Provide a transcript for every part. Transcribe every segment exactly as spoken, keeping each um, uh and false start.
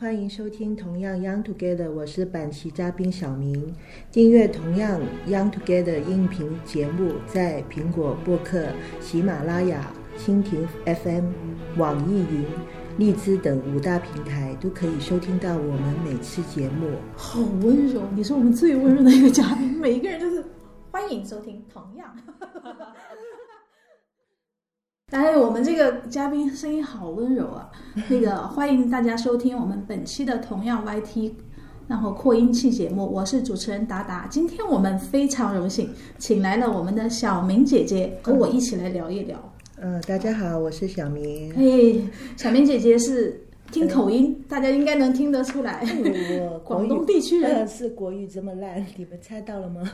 欢迎收听同样 Young Together， 我是本期嘉宾小明。订阅同样 Young Together 音频节目，在苹果播客、喜马拉雅、蜻蜓 F M、网易云、荔枝等五大平台都可以收听到我们每次节目。 好温柔，你是我们最温柔的一个嘉宾，每一个人都是欢迎收听同样。哎，我们这个嘉宾声音好温柔啊！那个欢迎大家收听我们本期的同样 Y T， 然后扩音器节目，我是主持人达达。今天我们非常荣幸请来了我们的小明姐姐和我一起来聊一聊。 嗯、呃，大家好，我是小明。 哎，小明姐姐是听口音，呃、大家应该能听得出来， 我广东地区人、 呃、是国语这么烂，你们猜到了吗？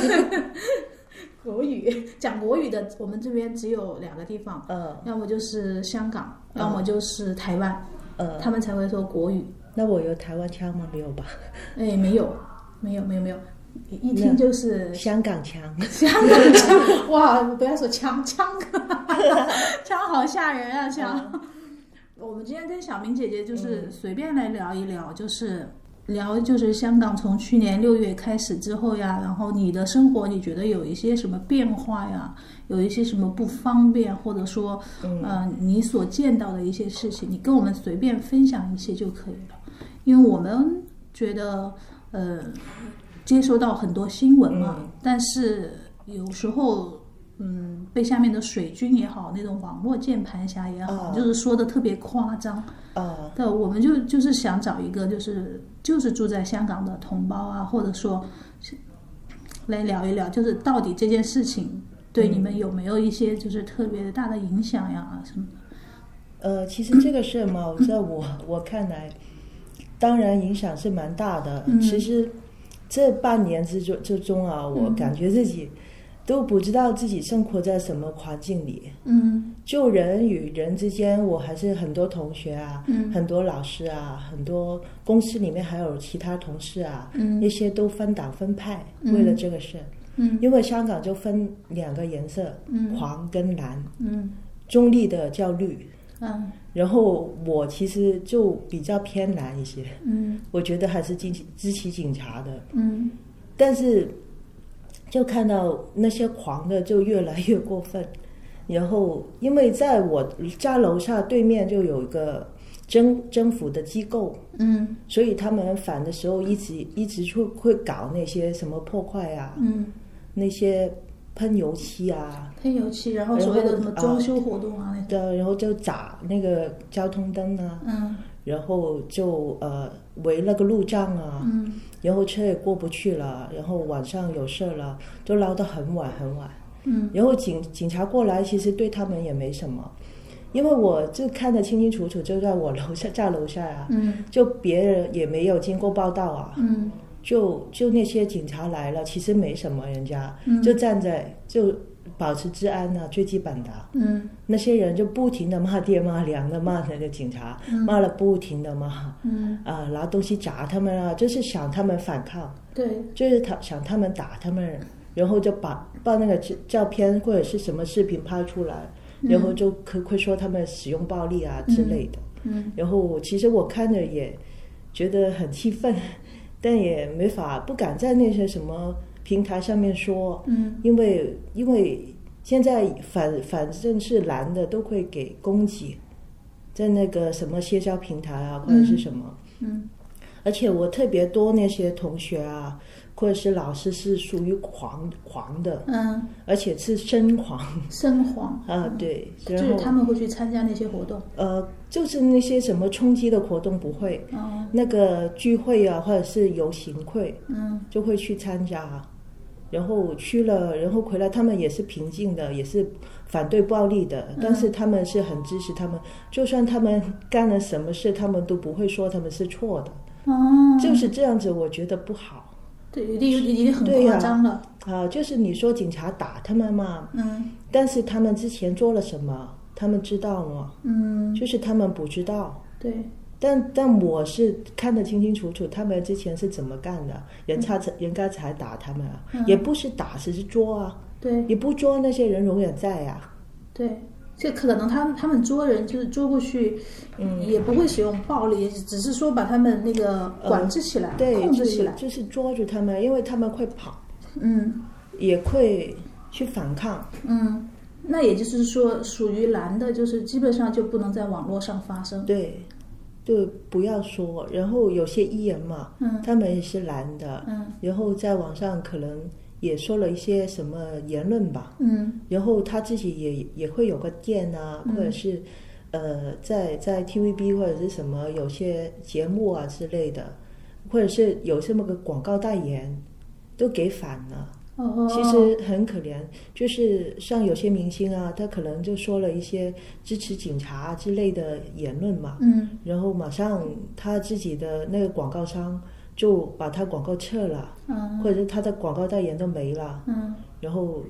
国语讲国语的，我们这边只有两个地方， 呃， 要么就是香港，呃、要么就是台湾， 呃， 他们才会说国语。 那我有台湾腔吗？没有吧？ 哎，没有，没有，没有，没有，一听就是香港腔。 香港腔，哇！不要说腔腔，腔好吓人啊！腔。嗯、我们今天跟小明姐姐就是随便来聊一聊，就是。聊就是香港从去年六月开始之后呀，然后你的生活你觉得有一些什么变化呀？有一些什么不方便，或者说，嗯、呃，你所见到的一些事情，你跟我们随便分享一些就可以了。因为我们觉得，呃，接收到很多新闻嘛，嗯、但是有时候。嗯，被下面的水军也好，那种网络键盘侠也好，哦、就是说的特别夸张。 哦， 对，我们就就是想找一个，就是就是住在香港的同胞啊，或者说来聊一聊，就是到底这件事情对你们有没有一些就是特别大的影响呀什么的？ 呃，其实这个事嘛，在我我看来，当然影响是蛮大的。嗯、其实这半年之中之中啊，我感觉自己。都不知道自己生活在什么环境里， 嗯， 就人与人之间，我还是很多同学啊， 嗯， 很多老师啊，很多公司里面还有其他同事啊， 嗯， 那些都分党分派，嗯、为了这个事， 嗯， 因为香港就分两个颜色， 嗯， 黄跟蓝， 嗯， 中立的叫绿， 嗯， 然后我其实就比较偏蓝一些， 嗯， 我觉得还是支持支持警察的， 嗯， 但是。就看到那些黄的就越来越过分，然后因为在我家楼下对面就有一个政政府的机构， 嗯， 所以他们反的时候一直一直会会搞那些什么破坏啊， 嗯， 那些喷油漆啊， 喷油漆，然后所谓的什么装修活动啊，那对，然后就砸那个交通灯啊， 嗯， 然后就呃围那个路障啊， 嗯。 然后车也过不去了，然后晚上有事了，都捞得很晚很晚。 嗯， 然后警警察过来，其实对他们也没什么，因为我就看得清清楚楚，就在我楼下家楼下啊。 嗯， 就别人也没有经过报道啊。 嗯， 就就那些警察来了，其实没什么，人家、 嗯、 就站在就保持治安啊，最基本的。 嗯， 那些人就不停的骂爹骂娘的骂那个警察， 嗯、 骂了不停的骂。 嗯， 啊，拿东西砸他们啊，就是想他们反抗。 对， 就是他想他们打他们，然后就把把那个照片或者是什么视频拍出来， 嗯、 然后就可会说他们使用暴力啊之类的。 嗯，嗯然后其实我看着也觉得很气愤，但也没法不敢在那些什么平台上面说， 嗯， 因为因为现在反反正是蓝的都会给攻击，在那个什么社交平台啊或者是什么， 嗯。嗯而且我特别多那些同学啊，或者是老师是属于黄黄的， 嗯， 而且是深黄， 深黄啊，对， 就是他们会去参加那些活动， 呃，就是那些什么冲击的活动不会， 哦， 那个聚会啊，或者是游行会， 嗯， 就会去参加，然后去了，然后回来，他们也是平静的，也是反对暴力的， 嗯、 但是他们是很支持他们，就算他们干了什么事，他们都不会说他们是错的。 哦， 就是这样子，我觉得不好。 对，已经已经很夸张了。 啊、呃，就是你说警察打他们嘛， 嗯， 但是他们之前做了什么，他们知道吗？ 嗯， 就是他们不知道。 对。 但但我是看得清清楚楚，他们之前是怎么干的，人家才、嗯、人家才打他们啊，嗯、也不是打，只是捉啊。 对。 你不捉那些人永远在啊。 对。 这可能他们他们捉人就是捉过去，嗯，也不会使用暴力，只是说把他们那个管制起来， 呃、对， 控制起来， 就是捉住他们，因为他们会跑， 嗯， 也会去反抗， 嗯，那也就是说，属于蓝的，就是基本上就不能在网络上发生， 对。就不要说，然后有些艺人嘛， 嗯， 他们也是蓝的， 嗯， 然后在网上可能也说了一些什么言论吧， 嗯， 然后他自己也也会有个店啊， 嗯、 或者是呃在在 T V B 或者是什么有些节目啊之类的，或者是有这么个广告代言，都给反了。 哦， 其实很可怜，就是像有些明星啊，他可能就说了一些支持警察之类的言论嘛， 嗯， 然后马上他自己的那个广告商就把他广告撤了， 嗯， 或者是他的广告代言都没了， 嗯， 然后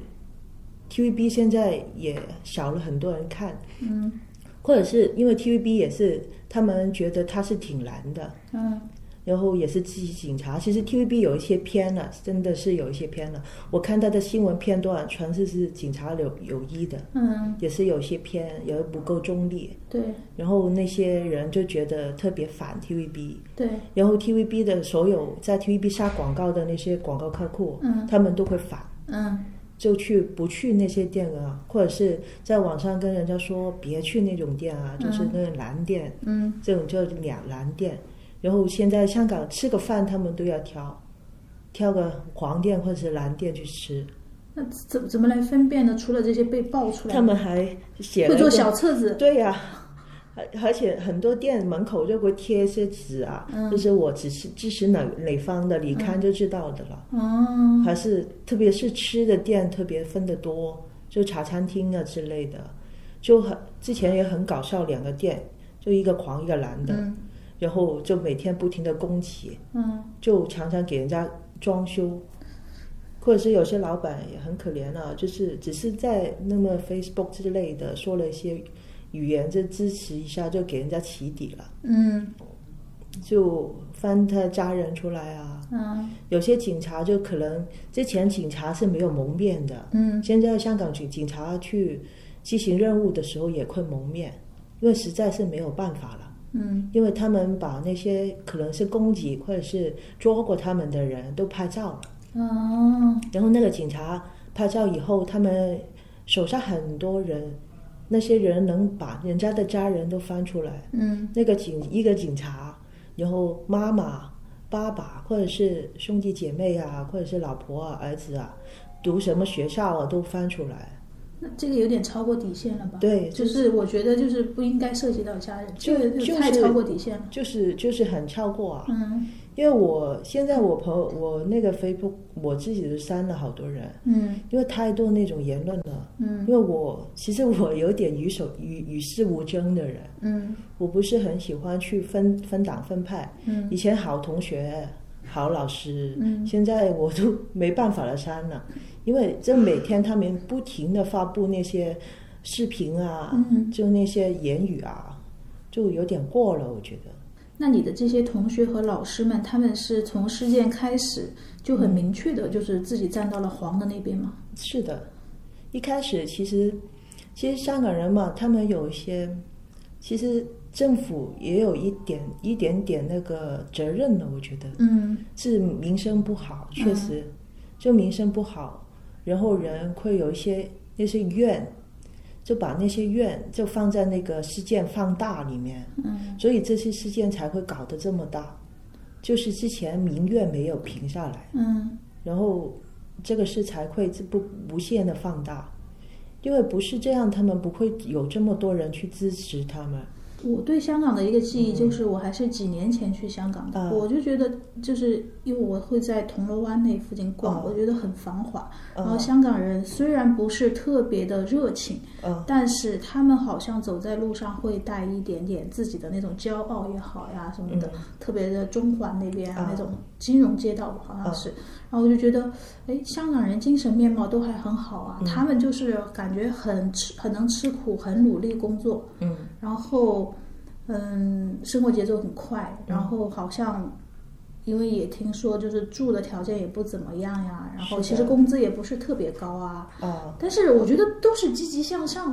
T V B 现在也少了很多人看， 嗯， 或者是因为 T V B 也是他们觉得他是挺蓝的， 嗯。 然后也是支持警察，其实 T V B 有一些偏了，真的是有一些偏了。我看他的新闻片段，全是是警察有有意的， 嗯， 也是有一些偏，也不够中立。 对。 然后那些人就觉得特别反 T V B。 对。 然后 T V B 的所有在 T V B 下广告的那些广告客户， 嗯， 他们都会反， 嗯， 就去不去那些店啊，或者是在网上跟人家说别去那种店啊，就是那个蓝店， 嗯， 这种叫两蓝店。然后现在香港吃个饭，他们都要挑，挑个黄店或者是蓝店去吃。 那怎怎么来分辨呢？除了这些被爆出来， 他们还写了会做小册子。 对呀、啊，而且很多店门口就会贴一些纸啊， 嗯、 就是我只是支持哪哪方的，你看就知道的了。 嗯， 还是特别是吃的店特别分得多，就茶餐厅啊之类的，就很之前也很搞笑，两个店就一个黄一个蓝的。 嗯， 然后就每天不停的供给， 嗯， 就常常给人家装修，或者是有些老板也很可怜啊，就是只是在那么 Facebook 之类的说了一些语言就支持一下，就给人家起底了， 嗯， 就翻他家人出来啊， 嗯， 有些警察就可能之前警察是没有蒙面的， 嗯， 现在香港警警察去执行任务的时候也会蒙面，因为实在是没有办法了。 嗯， 因为他们把那些可能是攻击或者是捉过他们的人都拍照了， 哦， 然后那个警察拍照以后，他们手下很多人，那些人能把人家的家人都翻出来， 嗯， 那个警一个警察，然后妈妈、爸爸或者是兄弟姐妹啊，或者是老婆啊、儿子啊，读什么学校啊都翻出来。 那这个有点超过底线了吧？ 对， 就是我觉得就是不应该涉及到家人， 就就太超过底线了。 就是就是很超过啊。 嗯， 因为我现在我朋友我那个 Facebook 我自己都删了好多人。 嗯， 因为太多那种言论了。 嗯， 因为我其实我有点与手与与世无争的人。 嗯， 我不是很喜欢去分分党分派。 嗯， 以前好同学、好老师， 嗯， 现在我都没办法了删了。因为这每天他们不停的发布那些视频啊， 嗯， 就那些言语啊，就有点过了，我觉得。 那你的这些同学和老师们，他们是从事件开始就很明确的，就是自己站到了黄的那边吗？ 是的，一开始其实，其实香港人嘛，他们有一些，其实政府也有一点一点点那个责任的，我觉得， 嗯， 是民生不好，确实，嗯、就民生不好。然后人会有一些那些怨，就把那些怨就放在那个事件放大里面， 嗯， 所以这些事件才会搞得这么大，就是之前民怨没有平下来， 嗯， 然后这个事才会不无限的放大，因为不是这样，他们不会有这么多人去支持他们。 我对香港的一个记忆就是，我还是几年前去香港的， 嗯、 我就觉得就是因为我会在铜锣湾那附近逛， 嗯、 我觉得很繁华。 嗯、 然后香港人虽然不是特别的热情， 嗯、 但是他们好像走在路上会带一点点自己的那种骄傲也好呀什么的， 嗯、 特别的中环那边啊、 嗯、 那种金融街道好像是。嗯、然后我就觉得，哎，香港人精神面貌都还很好啊， 嗯、 他们就是感觉很吃很能吃苦，很努力工作， 嗯， 然后。嗯，生活节奏很快，然后好像，因为也听说就是住的条件也不怎么样呀，然后其实工资也不是特别高啊。 哦。 但是我觉得都是积极向上的，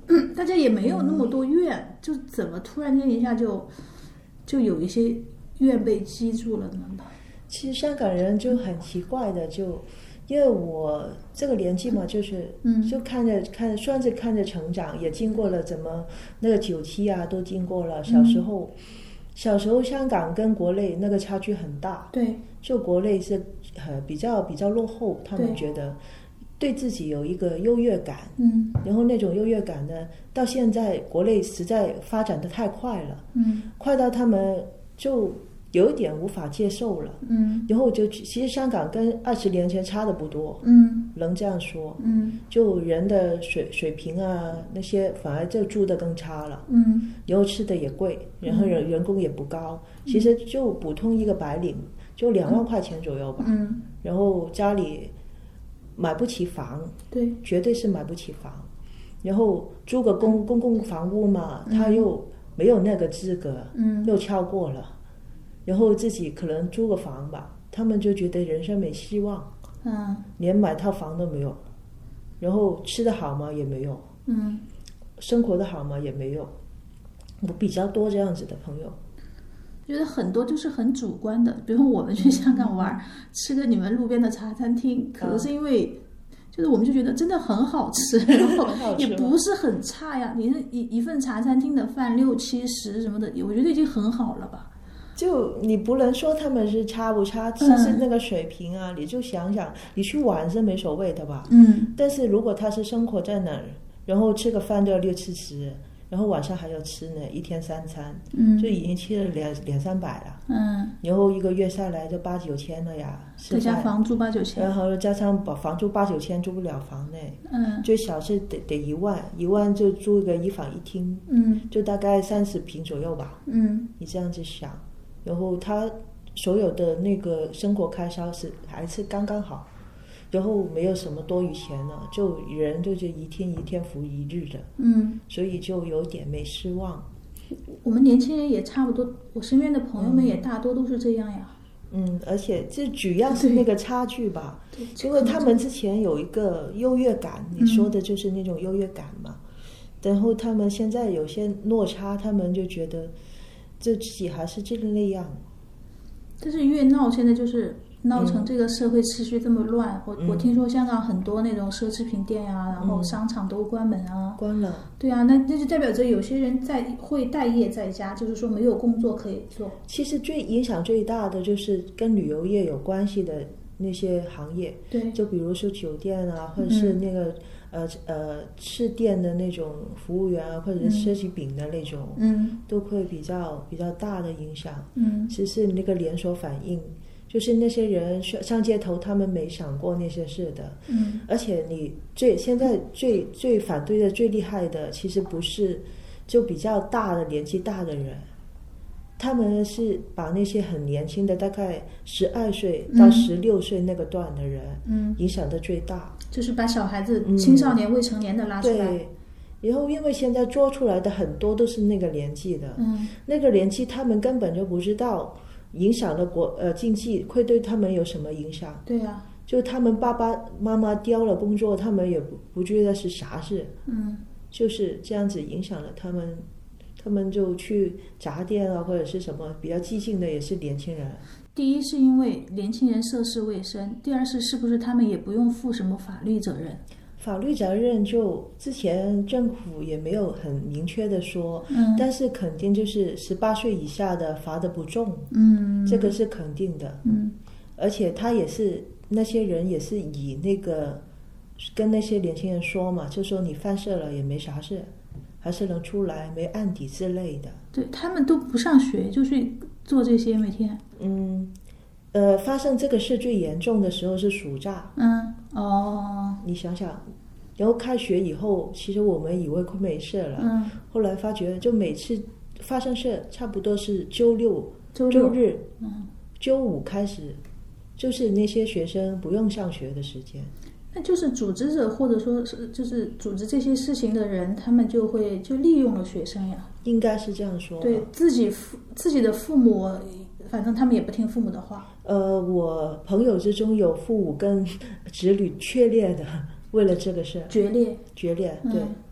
大家也没有那么多怨，嗯、就怎么突然间一下就就有一些怨被积住了呢？ 其实香港人就很奇怪的，就因为我这个年纪嘛，就是嗯，就看着看着算是看着成长，也经过了怎么那个九七啊都经过了。小时候，嗯、小时候香港跟国内那个差距很大， 对， 就国内是呃比较比较落后，他们觉得对自己有一个优越感，嗯，然后那种优越感呢，到现在国内实在发展的太快了，嗯，快到他们就有一点无法接受了，嗯，然后就其实香港跟二十年前差的不多，嗯，能这样说，嗯，就人的水水平啊那些反而就住的更差了，嗯，然后吃的也贵，然后人人工也不高，嗯，其实就普通一个白领就两万块钱左右吧，嗯，然后家里买不起房， 对， 绝对是买不起房，然后租个公公共房屋嘛，嗯，他又没有那个资格，嗯，又超过了。然后自己可能租个房吧，他们就觉得人生没希望，嗯，连买套房都没有，然后吃得好吗也没有，嗯，生活的好吗也没有，我比较多这样子的朋友。 觉得很多就是很主观的，比如我们去香港玩，嗯、吃个你们路边的茶餐厅，可能是因为，就是我们就觉得真的很好吃，然后也不是很差呀。你是一一份茶餐厅的饭六七十什么的，我觉得已经很好了吧。 就你不能说他们是差不差，其实那个水平啊，嗯、你就想想，你去玩是没所谓的吧。嗯。但是如果他是生活在那儿，然后吃个饭都要六七十，然后晚上还要吃呢，一天三餐，嗯，就已经吃了两两三百了。嗯。然后一个月下来就八九千了呀， 再加房租八九千。 然后加上房租八九千，租不了房呢。嗯。最少是得得一万，一万就租个一房一厅。嗯。就大概三十平左右吧。嗯。你这样子想。然后他所有的那个生活开销是还是刚刚好，然后没有什么多余钱了，就人就是一天一天复一日的，嗯，所以就有点没失望。 我们年轻人也差不多，我身边的朋友们也大多都是这样呀。 嗯，而且这主要是那个差距吧，因为他们之前有一个优越感，你说的就是那种优越感嘛，嗯、然后他们现在有些落差，他们就觉得。就自己还是这个那样， 但是越闹现在就是闹成这个社会秩序这么乱。嗯、我我听说香港很多那种奢侈品店呀、啊，然后商场都关门啊， 关了。 对啊，那那就代表着有些人在会待业在家，就是说没有工作可以做。 其实最影响最大的就是跟旅游业有关系的那些行业， 对， 就比如说酒店啊，或者是那个。嗯呃呃，吃店的那种服务员啊，或者是奢侈品的那种，嗯，都会比较比较大的影响。嗯，其实那个连锁反应，就是那些人上街头，他们没想过那些事的。嗯，而且你最现在最最反对的最厉害的，其实不是就比较大的年纪大的人。他们是把那些很年轻的，大概十二岁到十六岁那个段的人，嗯，影响的最大。 就是把小孩子、嗯、青少年、未成年的拉出来。 对，然后因为现在做出来的很多都是那个年纪的，嗯，那个年纪他们根本就不知道影响了国呃经济会对他们有什么影响。 对啊， 就他们爸爸妈妈丢了工作，他们也不不觉得是啥事，嗯，就是这样子影响了他们。他们就去杂店啊，或者是什么比较激进的，也是年轻人。 第一是因为年轻人涉世未深，第二是是不是他们也不用负什么法律责任？ 法律责任就之前政府也没有很明确的说，嗯，但是肯定就是十八岁以下的罚的不重，嗯，这个是肯定的，嗯，而且他也是那些人也是以那个跟那些年轻人说嘛，就说你犯事了也没啥事。还是能出来，没案底之类的。 对，他们都不上学，就去做这些每天。 嗯，呃，发生这个事最严重的时候是暑假。 嗯，哦， 你想想，然后开学以后，其实我们以为快没事了，嗯，后来发觉就每次发生事，差不多是周六、 周周日、嗯，周五开始，就是那些学生不用上学的时间。 那就是组织者或者说是就是组织这些事情的人，他们就会就利用了学生呀。 应该是这样说。 对自己父自己的父母，反正他们也不听父母的话。 呃，我朋友之中有父母跟子女决裂的，为了这个事。 决裂。 决裂，对。 嗯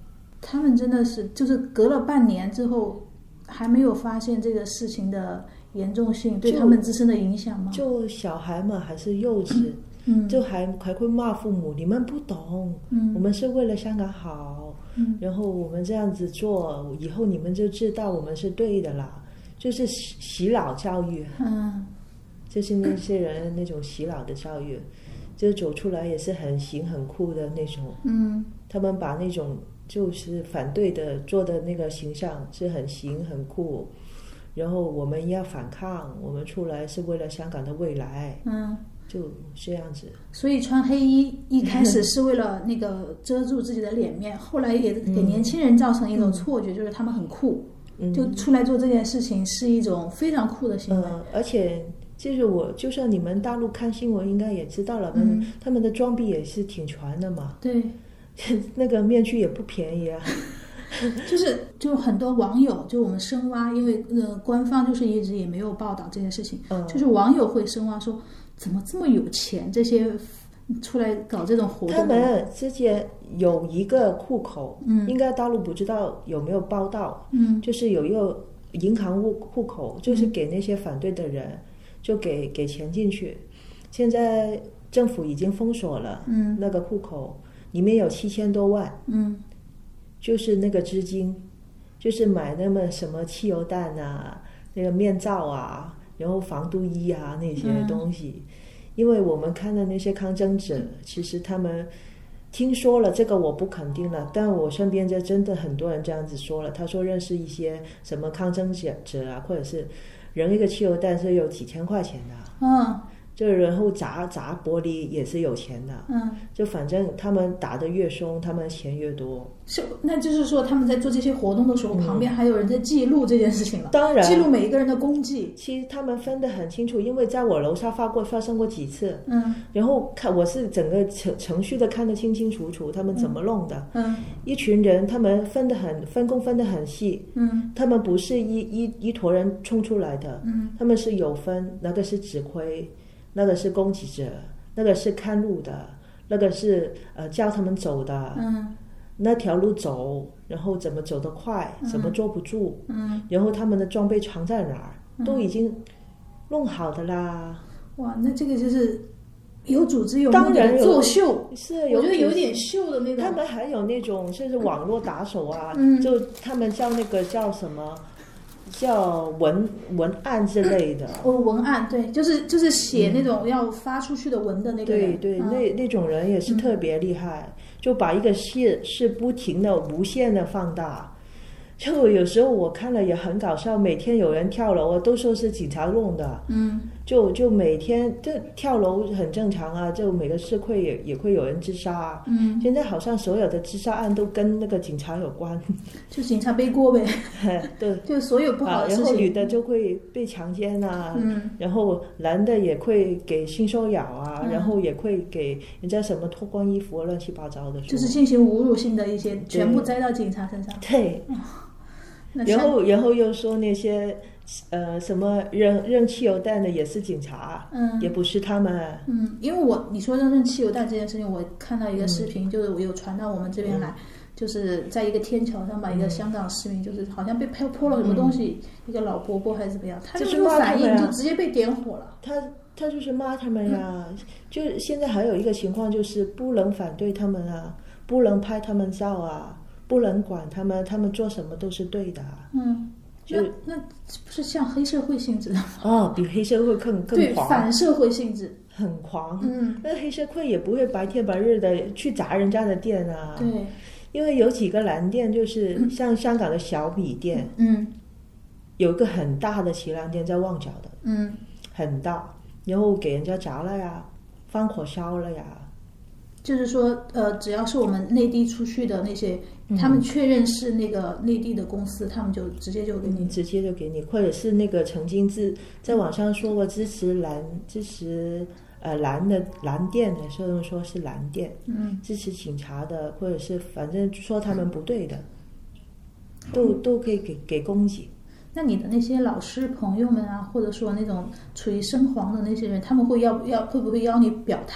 他们真的是就是隔了半年之后，还没有发现这个事情的严重性对他们自身的影响吗？ 就小孩嘛还是幼稚，嗯，就还还会骂父母，你们不懂，嗯，我们是为了香港好，嗯，然后我们这样子做，以后你们就知道我们是对的啦，就是洗洗脑教育，嗯，就是那些人那种洗脑的教育，就走出来也是很型很酷的那种，嗯，他们把那种就是反对的做的那个形象是很型很酷。然后我们要反抗，我们出来是为了香港的未来，嗯，就这样子。 所以穿黑衣一开始是为了那个遮住自己的脸面，后来也给年轻人造成一种错觉，嗯、就是他们很酷，嗯、就出来做这件事情是一种非常酷的行为。 嗯、而且就是我，就算你们大陆看新闻应该也知道了，嗯，他们的装备也是挺全的嘛。 对， 那个面具也不便宜啊。 就是就很多网友就我们深挖，因为呃官方就是一直也没有报道这件事情，嗯，就是网友会深挖说怎么这么有钱，这些出来搞这种活动。 他们之前有一个户口，嗯，应该大陆不知道有没有报道，嗯，就是有一个银行户户口，就是给那些反对的人，嗯、就给给钱进去。现在政府已经封锁了，嗯，那个户口里面有七千多万，嗯。就是那个资金，就是买那么什么汽油弹啊，那个面罩啊，然后防毒衣啊那些东西。嗯、因为我们看的那些抗争者，其实他们听说了这个我不肯定了，但我身边就真的很多人这样子说了。他说认识一些什么抗争者者啊，或者是扔一个汽油弹是有几千块钱的。嗯。就然后砸砸玻璃也是有钱的，嗯，就反正他们打得越凶，他们钱越多。 是，那就是说他们在做这些活动的时候，嗯、旁边还有人在记录这件事情了。 当然， 记录每一个人的功绩。 其实他们分得很清楚，因为在我楼下发过发生过几次，嗯，然后看我是整个程程序的看得清清楚楚，他们怎么弄的，嗯，一群人他们分得很分工分得很细，嗯，他们不是一一一坨人冲出来的，嗯，他们是有分，那个是指挥。那个是攻击者，那个是看路的，那个是呃叫他们走的，嗯，那条路走，然后怎么走得快，怎么坐不住，嗯，然后他们的装备藏在哪儿，嗯、都已经弄好的啦。 哇，那这个就是有组织有目的的作秀， 是， 我觉得有点秀的那种。 他们还有那种就是网络打手啊，嗯、就他们叫那个叫什么？叫文文案之类的， 哦，文案对，就是就是写那种要发出去的文的那个人， 对对，嗯、那那种人也是特别厉害，嗯、就把一个事是不停的无限的放大。就有时候我看了也很搞笑，每天有人跳楼，都说是警察弄的，嗯，就就每天这跳楼很正常啊，就每个社会也也会有人自杀，嗯，现在好像所有的自杀案都跟那个警察有关， 就警察背锅呗， 对， 就所有不好的事情， 啊、然后女的就会被强奸啊，嗯，然后男的也会给性骚扰啊，嗯、然后也会给人家什么脱光衣服乱七八糟的， 就是进行侮辱性的一些，全部栽到警察身上， 对。哦，然后，然后又说那些，呃，什么扔扔汽油弹的也是警察，嗯，也不是他们， 嗯，因为我你说扔扔汽油弹这件事情，我看到一个视频，嗯、就是我有传到我们这边来，嗯、就是在一个天桥上吧，嗯、一个香港市民，就是好像被泼泼了什么东西，嗯、一个老伯伯还是怎么样，他就有反应，就直接被点火了。 他他就是骂他们呀，嗯、就现在还有一个情况就是不能反对他们啊，不能拍他们照啊。不能管他们，他们做什么都是对的。 嗯，就那那不是像黑社会性质的吗？ 哦，比黑社会更更狂，对，反社会性质， 很狂。嗯，那黑社会也不会白天白日的去砸人家的店啊。 对， 因为有几个蓝店，就是像香港的小米店，嗯，有一个很大的旗舰店在旺角的，嗯，很大，然后给人家砸了呀，放火烧了呀。 就是说，呃，只要是我们内地出去的那些，嗯、他们确认是那个内地的公司，他们就直接就给你， 直接就给你，或者是那个曾经自在网上说过支持蓝支持呃蓝的蓝店的，所以说是蓝店，嗯，支持警察的，或者是反正说他们不对的，嗯、都都可以给给攻击。 那你的那些老师朋友们啊，或者说那种处于深黄的那些人，他们会要要会不会要你表态？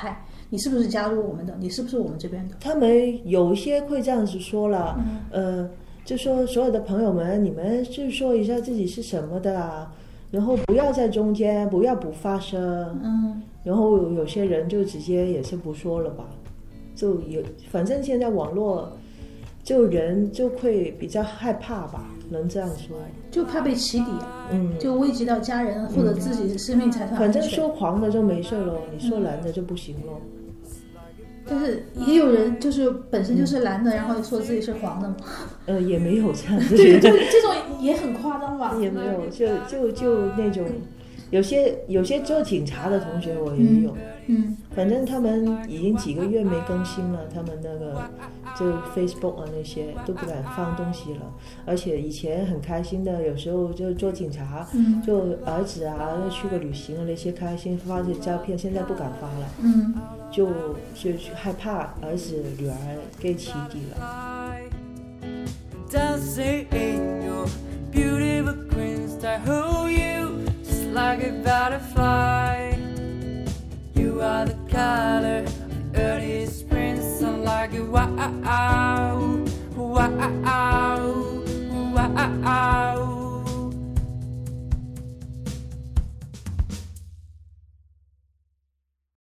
你是不是加入我们的，你是不是我们这边的。 他们有一些会这样子说了，嗯、呃，就说所有的朋友们，你们就说一下自己是什么的啊，然后不要在中间，不要不发声， 嗯， 然后有些人就直接也是不说了吧，就有，反正现在网络。就人就会比较害怕吧，能这样说， 就怕被起底，嗯，就危及到家人或者自己生命财产、嗯。 反正说黄的就没事了，你说蓝的就不行了。 但是也有人就是本身就是蓝的，嗯、然后说自己是黄的嘛。 呃，也没有这样子。 对，就这种也很夸张吧？ 也没有，就就就那种，有些有些做警察的同学我也有。嗯嗯， 反正他们已经几个月没更新了，他们那个就 Facebook 啊那些都不敢放东西了，而且以前很开心的，有时候就做警察，嗯，就儿子啊去个旅行啊那些开心发些照片，现在不敢发了， 嗯， 就就害怕儿子女儿给起底了。Dancing in your beautiful queen style, hold you just like a butterfly.You are the color of the early spring sun, like a wild